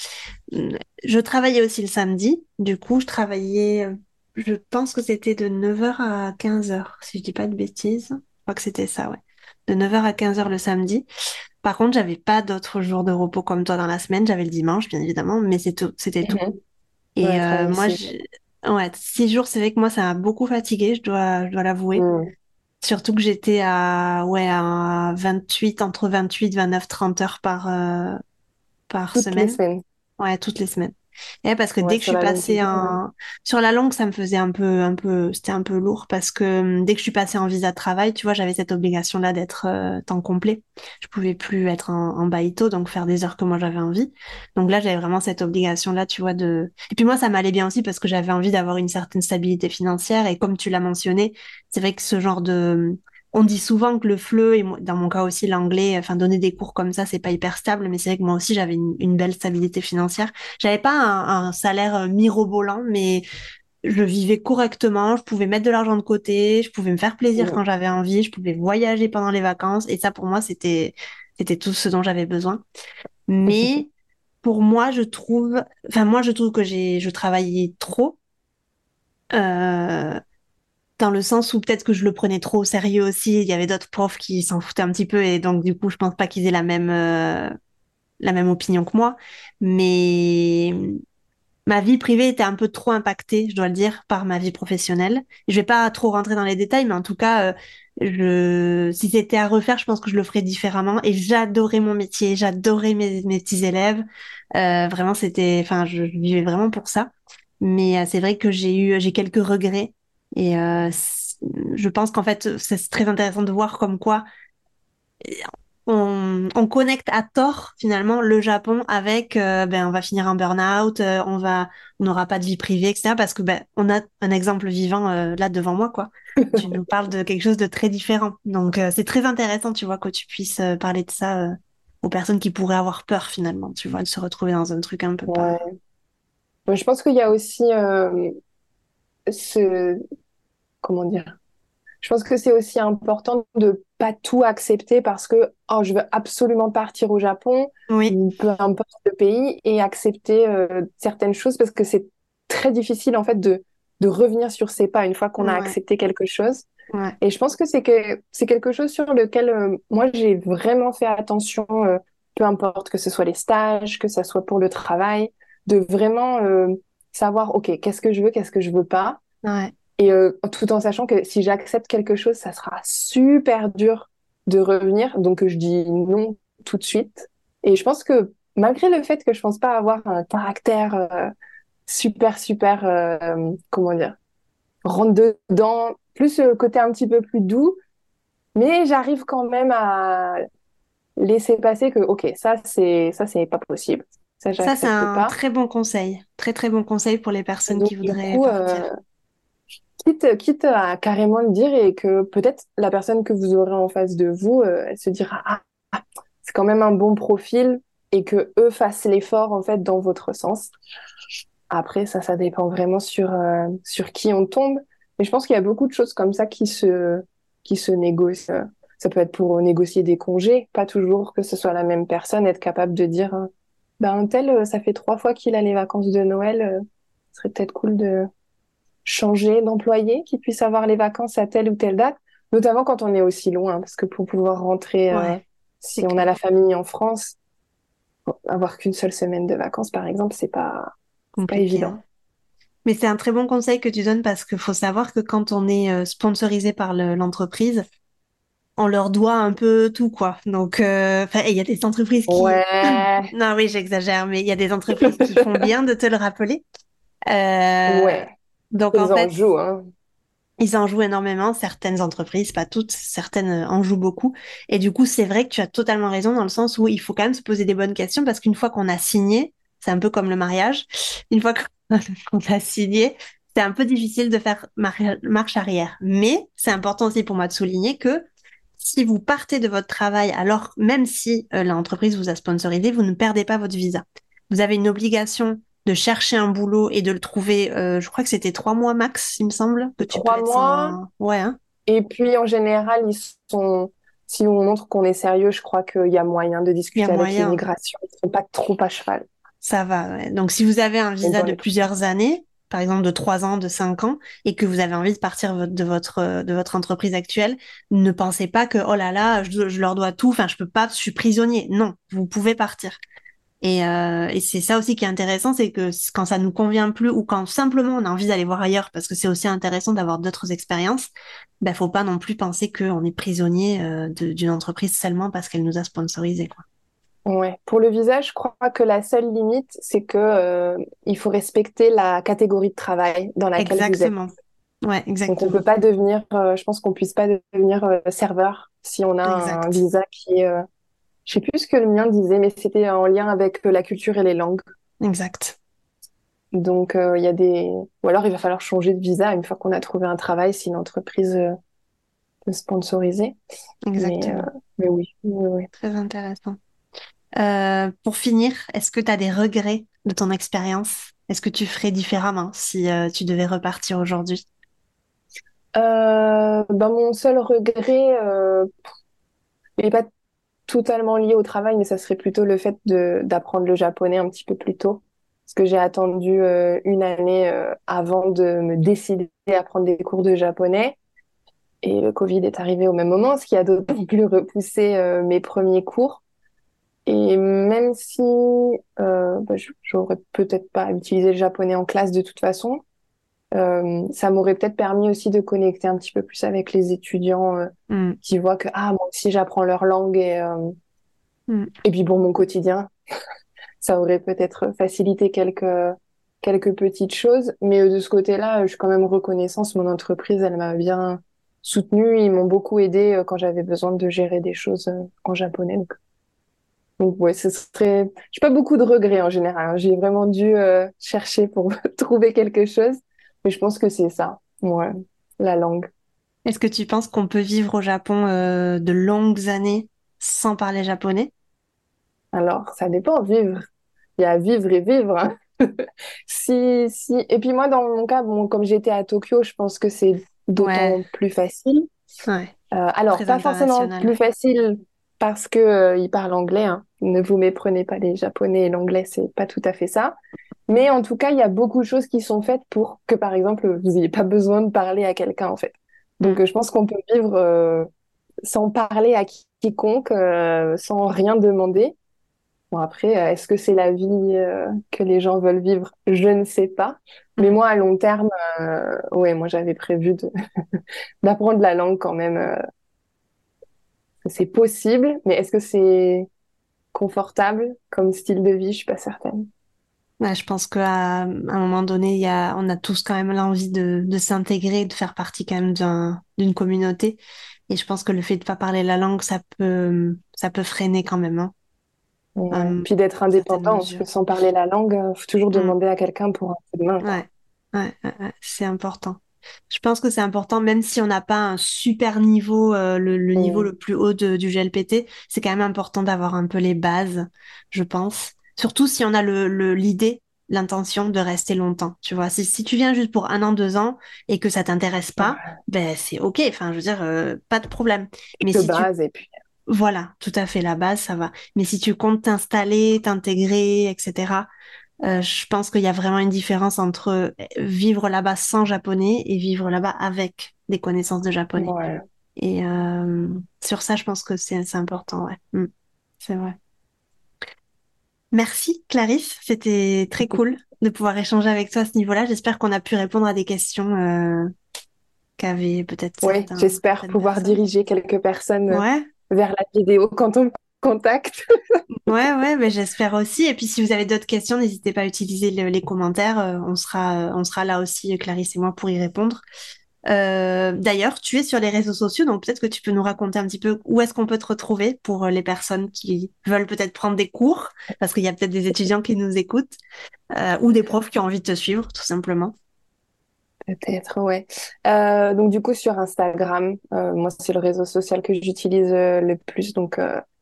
S1: Je travaillais aussi le samedi. Du coup, je travaillais, je pense que c'était de 9h à 15h, si je dis pas de bêtises. Je crois que c'était ça, ouais. De 9h à 15h le samedi. Par contre, j'avais pas d'autres jours de repos comme toi dans la semaine. J'avais le dimanche, bien évidemment, mais c'est tout, c'était tout.
S2: Mhm.
S1: Et
S2: Ouais, travailler
S1: moi,
S2: 6 jours.
S1: ouais, 6 jours, c'est vrai que moi, ça m'a beaucoup fatiguée, je dois l'avouer.
S2: Mm.
S1: Surtout que j'étais ouais, à 28, entre 28, 29, 30 heures par
S2: Toutes les
S1: semaine.
S2: semaines.
S1: Ouais, toutes les semaines. Et parce que
S2: Ouais,
S1: dès que je
S2: sur
S1: suis
S2: la longue
S1: passée
S2: durée. Ouais.
S1: sur la longue, ça me faisait c'était un peu lourd parce que dès que je suis passée en visa de travail, tu vois, j'avais cette obligation-là d'être temps complet. Je pouvais plus être en baïto, donc faire des heures que moi j'avais envie. Donc là, j'avais vraiment cette obligation-là, tu vois, de... Et puis moi, ça m'allait bien aussi parce que j'avais envie d'avoir une certaine stabilité financière. Et comme tu l'as mentionné, c'est vrai que ce genre de... On dit souvent que le FLE, et dans mon cas aussi l'anglais, enfin donner des cours comme ça, c'est pas hyper stable, mais c'est vrai que moi aussi j'avais une belle stabilité financière. J'avais pas un salaire mirobolant, mais je vivais correctement, je pouvais mettre de l'argent de côté, je pouvais me faire plaisir
S2: Mm.
S1: quand j'avais envie, je pouvais voyager pendant les vacances, et ça pour moi c'était tout ce dont j'avais besoin. Mais pour moi, je trouve que je travaillais trop. Euh, Dans le sens où peut-être que je le prenais trop au sérieux aussi. Il y avait d'autres profs qui s'en foutaient un petit peu et donc du coup, je pense pas qu'ils aient la même opinion que moi. Mais ma vie privée était un peu trop impactée, je dois le dire, par ma vie professionnelle. Je vais pas trop rentrer dans les détails, mais en tout cas, si c'était à refaire, je pense que je le ferais différemment. Et j'adorais mon métier, j'adorais mes petits élèves. Vraiment, enfin, je vivais vraiment pour ça. Mais c'est vrai que j'ai quelques regrets. Et je pense qu'en fait, c'est très intéressant de voir comme quoi on connecte à tort finalement le Japon avec ben on va finir en burn-out, on n'aura pas de vie privée, etc. Parce que ben on a un exemple vivant là devant moi quoi. Tu nous parles de quelque chose de très différent. Donc c'est très intéressant, tu vois, que tu puisses parler de ça aux personnes qui pourraient avoir peur finalement, tu vois, de se retrouver dans un truc un peu pareil.
S2: Ouais. Mais je pense qu'il y a aussi ce, comment dire? Je pense que c'est aussi important de pas tout accepter parce que oh, je veux absolument partir au Japon
S1: Oui,
S2: ou peu importe le pays et accepter certaines choses parce que c'est très difficile en fait de revenir sur ses pas une fois qu'on a
S1: ouais,
S2: accepté quelque chose.
S1: ouais,
S2: Et je pense que c'est quelque chose sur lequel moi j'ai vraiment fait attention, peu importe que ce soit les stages, que ce soit pour le travail, de vraiment savoir ok qu'est-ce que je veux, qu'est-ce que je veux pas.
S1: ouais.
S2: Et tout en sachant que si j'accepte quelque chose, ça sera super dur de revenir. Donc je dis non tout de suite. Et je pense que malgré le fait que je pense pas avoir un caractère super, super, comment dire, rentre dedans, plus le côté un petit peu plus doux, mais j'arrive quand même à laisser passer que, ok, ça c'est pas possible. Ça,
S1: Ça, c'est
S2: j'accepte
S1: un
S2: pas.
S1: très bon conseil. Très, très bon conseil pour les personnes
S2: Donc,
S1: qui
S2: du
S1: voudraient
S2: coup,
S1: partir.
S2: quitte à carrément le dire et que peut-être la personne que vous aurez en face de vous, elle se dira, ah, c'est quand même un bon profil et que eux fassent l'effort, en fait, dans votre sens. Après, ça dépend vraiment sur qui on tombe. Mais je pense qu'il y a beaucoup de choses comme ça qui se négocient. Ça peut être pour négocier des congés, pas toujours que ce soit la même personne, être capable de dire, ben, un tel, ça fait 3 fois qu'il a les vacances de Noël, ce serait peut-être cool de changer d'employé, qu'il puisse avoir les vacances à telle ou telle date, notamment quand on est aussi loin, parce que pour pouvoir rentrer,
S1: Ouais, c'est
S2: si on a la
S1: clair.
S2: famille en France, avoir qu'une seule semaine de vacances, par exemple, c'est pas
S1: Compliqué,
S2: évident.
S1: hein. Mais c'est un très bon conseil que tu donnes parce qu'il faut savoir que quand on est sponsorisé par l'entreprise, on leur doit un peu tout, quoi. Donc, enfin, et il y a des entreprises qui...
S2: Ouais,
S1: Non, oui, j'exagère, mais il y a des entreprises qui font bien de te le rappeler. Euh,
S2: ouais,
S1: donc, en
S2: ils en
S1: fait,
S2: jouent, hein.
S1: ils en jouent énormément. Certaines entreprises, pas toutes, certaines en jouent beaucoup. Et du coup, c'est vrai que tu as totalement raison dans le sens où il faut quand même se poser des bonnes questions parce qu'une fois qu'on a signé, c'est un peu comme le mariage, une fois qu'on a signé, c'est un peu difficile de faire marche arrière. Mais c'est important aussi pour moi de souligner que si vous partez de votre travail, alors même si l'entreprise vous a sponsorisé, vous ne perdez pas votre visa. Vous avez une obligation de chercher un boulot et de le trouver. Je crois que c'était 3 mois max, il me semble, que tu peux
S2: trois
S1: être
S2: mois,
S1: sans. Ouais, hein.
S2: et puis en général, si on montre qu'on est sérieux, je crois qu'il y a moyen de
S1: Il y a
S2: discuter avec
S1: moyen.
S2: l'immigration. Ils sont pas trop à cheval.
S1: Ça va. Ouais. Donc, si vous avez un
S2: Mais
S1: visa
S2: dans
S1: de
S2: les
S1: plusieurs années, par exemple de 3 ans, de 5 ans, et que vous avez envie de partir de votre entreprise actuelle, ne pensez pas que, oh là là, je leur dois tout, enfin, je peux pas, je suis prisonnier. Non, vous pouvez partir. Et c'est ça aussi qui est intéressant, c'est que quand ça nous convient plus ou quand simplement on a envie d'aller voir ailleurs, parce que c'est aussi intéressant d'avoir d'autres expériences, ben faut pas non plus penser qu'on est prisonnier d'une entreprise seulement parce qu'elle nous a sponsorisé, quoi.
S2: Ouais. Pour le visa, je crois que la seule limite, c'est que il faut respecter la catégorie de travail dans laquelle vous êtes.
S1: Exactement. Ouais,
S2: Donc on peut
S1: exactement.
S2: pas devenir, je pense qu'on puisse pas devenir serveur si on a un
S1: Exact.
S2: visa qui est, je sais plus ce que le mien disait, mais c'était en lien avec la culture et les langues.
S1: Exact.
S2: Donc il y a des, ou alors il va falloir changer de visa une fois qu'on a trouvé un travail si l'entreprise peut sponsoriser. Mais euh,
S1: Exactement.
S2: mais oui, oui, oui.
S1: Très intéressant. Pour finir, est-ce que tu as des regrets de ton expérience? Est-ce que tu ferais différemment si tu devais repartir aujourd'hui?
S2: Ben, mon seul regret, il n'est pas totalement lié au travail, mais ça serait plutôt le fait d'apprendre le japonais un petit peu plus tôt. Parce que j'ai attendu une année avant de me décider à prendre des cours de japonais. Et le Covid est arrivé au même moment, ce qui a d'autant plus repoussé mes premiers cours. Et même si j'aurais peut-être pas utilisé le japonais en classe de toute façon, ça m'aurait peut-être permis aussi de connecter un petit peu plus avec les étudiants
S1: Hmm.
S2: qui voient que ah moi aussi j'apprends leur langue
S1: Hmm.
S2: et puis pour mon quotidien ça aurait peut-être facilité quelques petites choses, mais de ce côté-là je suis quand même reconnaissante, mon entreprise elle m'a bien soutenue, ils m'ont beaucoup aidé quand j'avais besoin de gérer des choses en japonais donc ouais, ce serait. J'ai pas beaucoup de regrets en général, hein. J'ai vraiment dû chercher pour trouver quelque chose, mais je pense que c'est ça, ouais, la langue.
S1: Est-ce que tu penses qu'on peut vivre au Japon de longues années sans parler japonais?
S2: Alors, ça dépend, vivre. Il y a vivre et vivre, hein. Si. Et puis moi, dans mon cas, bon, comme j'étais à Tokyo, je pense que c'est
S1: Ouais,
S2: d'autant plus facile.
S1: ouais,
S2: Alors,
S1: très
S2: pas forcément
S1: international.
S2: plus facile parce que ils parlent anglais, hein. Ne vous méprenez pas, les Japonais et l'anglais, c'est pas tout à fait ça. Mais en tout cas, il y a beaucoup de choses qui sont faites pour que, par exemple, vous n'ayez pas besoin de parler à quelqu'un, en fait.
S1: Hmm.
S2: Donc, je pense qu'on peut vivre sans parler à quiconque, sans rien demander. Bon, après, est-ce que c'est la vie que les gens veulent vivre? Je ne sais pas. Mais
S1: Hmm.
S2: moi, à long terme, ouais, moi, j'avais prévu d'apprendre la langue quand même. C'est possible, mais est-ce que c'est confortable comme style de vie? Je suis pas certaine.
S1: Ouais, je pense qu'à un moment donné, on a tous quand même l'envie de s'intégrer, de faire partie quand même d'une communauté. Et je pense que le fait de pas parler la langue, ça peut freiner quand même, hein,
S2: Ouais. Puis
S1: dans
S2: d'être
S1: une certaine
S2: indépendant, parce
S1: mesure.
S2: que sans parler la langue, faut toujours
S1: Mm.
S2: demander à quelqu'un pour un coup de main, quoi.
S1: Ouais, ouais, c'est important. Je pense que c'est important, même si on n'a pas un super niveau, le niveau
S2: Mm.
S1: le plus haut du GLPT, c'est quand même important d'avoir un peu les bases, je pense. Surtout si on a l'idée, l'intention de rester longtemps. Tu vois, si tu viens juste pour 1 an, 2 ans et que ça t'intéresse pas,
S2: Ouais.
S1: ben c'est ok. Enfin, je veux dire, pas de problème. Mais
S2: De
S1: si tu
S2: base, et puis.
S1: voilà, tout à fait, la base, ça va. Mais si tu comptes t'installer, t'intégrer, etc., je pense qu'il y a vraiment une différence entre vivre là-bas sans japonais et vivre là-bas avec des connaissances de japonais.
S2: Ouais.
S1: Et sur ça, je pense que c'est important, ouais. C'est vrai. Merci, Clarisse. C'était très cool de pouvoir échanger avec toi à ce niveau-là. J'espère qu'on a pu répondre à des questions qu'avaient peut-être
S2: Oui, j'espère
S1: certaines
S2: pouvoir
S1: personnes.
S2: diriger quelques personnes
S1: Ouais,
S2: vers la vidéo quand on me contacte.
S1: ouais, mais j'espère aussi. Et puis, si vous avez d'autres questions, n'hésitez pas à utiliser les commentaires. On sera là aussi, Clarisse et moi, pour y répondre. D'ailleurs, tu es sur les réseaux sociaux, donc peut-être que tu peux nous raconter un petit peu où est-ce qu'on peut te retrouver pour les personnes qui veulent peut-être prendre des cours, parce qu'il y a peut-être des étudiants qui nous écoutent, ou des profs qui ont envie de te suivre, tout simplement.
S2: Peut-être, ouais. Donc du coup sur Instagram, moi c'est le réseau social que j'utilise le plus, donc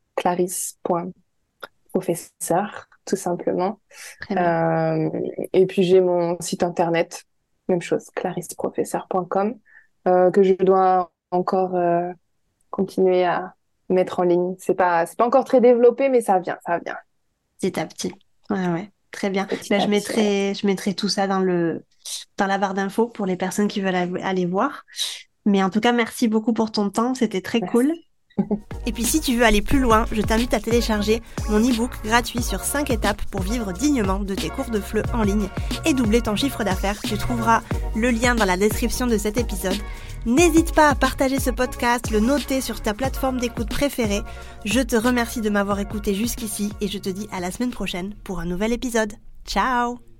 S2: clarisse.professeur, tout simplement.
S1: Très bien.
S2: Euh, et puis j'ai mon site internet, même chose, clarisseprofesseur.com, que je dois encore continuer à mettre en ligne. C'est pas encore très développé, mais ça vient,
S1: Petit à petit. Ouais. Très bien.
S2: petit
S1: Ben,
S2: à petit. Ouais.
S1: je mettrai tout ça dans la barre d'infos pour les personnes qui veulent aller voir. Mais en tout cas, merci beaucoup pour ton temps. C'était très cool.
S2: Merci.
S1: Et puis si tu veux aller plus loin, je t'invite à télécharger mon e-book gratuit sur 5 étapes pour vivre dignement de tes cours de FLE en ligne et doubler ton chiffre d'affaires. Tu trouveras le lien dans la description de cet épisode. N'hésite pas à partager ce podcast, le noter sur ta plateforme d'écoute préférée. Je te remercie de m'avoir écouté jusqu'ici et je te dis à la semaine prochaine pour un nouvel épisode. Ciao!